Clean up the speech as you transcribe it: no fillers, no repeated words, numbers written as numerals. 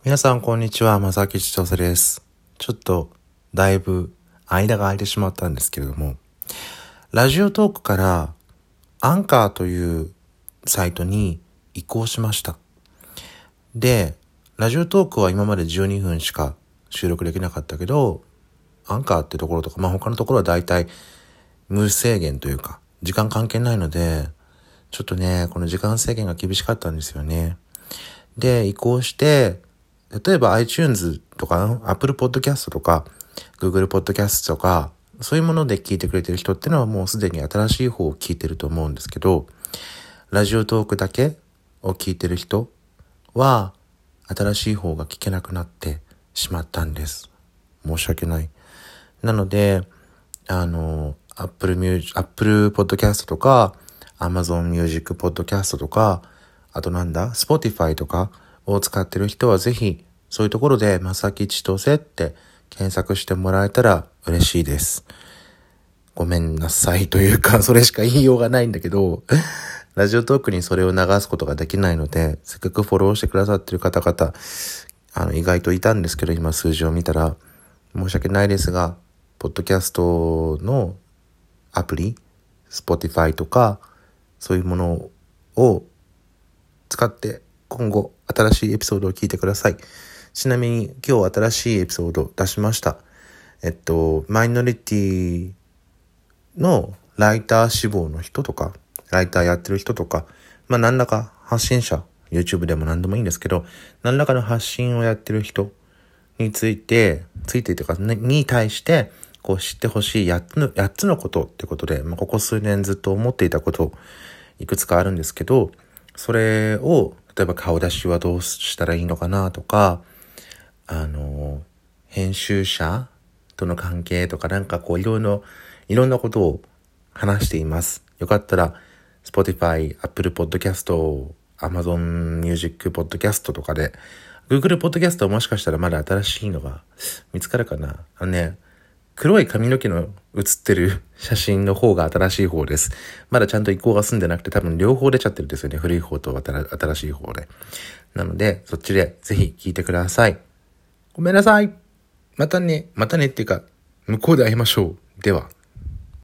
皆さんこんにちは、正木千歳です。ちょっとだいぶ間が空いてしまったんですけれども、ラジオトークからアンカーというサイトに移行しました。で、ラジオトークは今まで12分しか収録できなかったけど、アンカーってところとか、他のところはだいたい無制限というか、時間関係ないので、ちょっとね、この時間制限が厳しかったんですよね。で、移行して、例えば iTunes とか Apple Podcast とか Google Podcast とかそういうもので聞いてくれてる人ってのはもうすでに新しい方を聞いてると思うんですけど、ラジオトークだけを聞いてる人は新しい方が聞けなくなってしまったんです。申し訳ない。なので、Apple Podcast とか Amazon Music Podcast とか、あとSpotify とかを使ってる人はぜひそういうところで正木千歳って検索してもらえたら嬉しいです。ごめんなさいというか、それしか言いようがないんだけど、ラジオトークにそれを流すことができないので、せっかくフォローしてくださってる方々、意外といたんですけど、今数字を見たら申し訳ないですが、ポッドキャストのアプリ、Spotify とかそういうものを使って今後新しいエピソードを聞いてください。ちなみに今日新しいエピソード出しました。マイノリティのライター志望の人とか、ライターやってる人とか、何らか発信者、YouTube でも何でもいいんですけど、何らかの発信をやってる人についてというか、に対して、知ってほしい8つのことってことで、ここ数年ずっと思っていたこといくつかあるんですけど、それを例えば顔出しはどうしたらいいのかなとか、編集者との関係とかいろんなことを話しています。よかったら Spotify、Apple Podcast、Amazon Music Podcast とかで、Google Podcast はもしかしたらまだ新しいのが見つかるかな。黒い髪の毛の写ってる写真の方が新しい方です。まだちゃんと移行が済んでなくて多分両方出ちゃってるんですよね。古い方と新しい方で。なので、そっちでぜひ聞いてください。ごめんなさい。またねっていうか、向こうで会いましょう。では。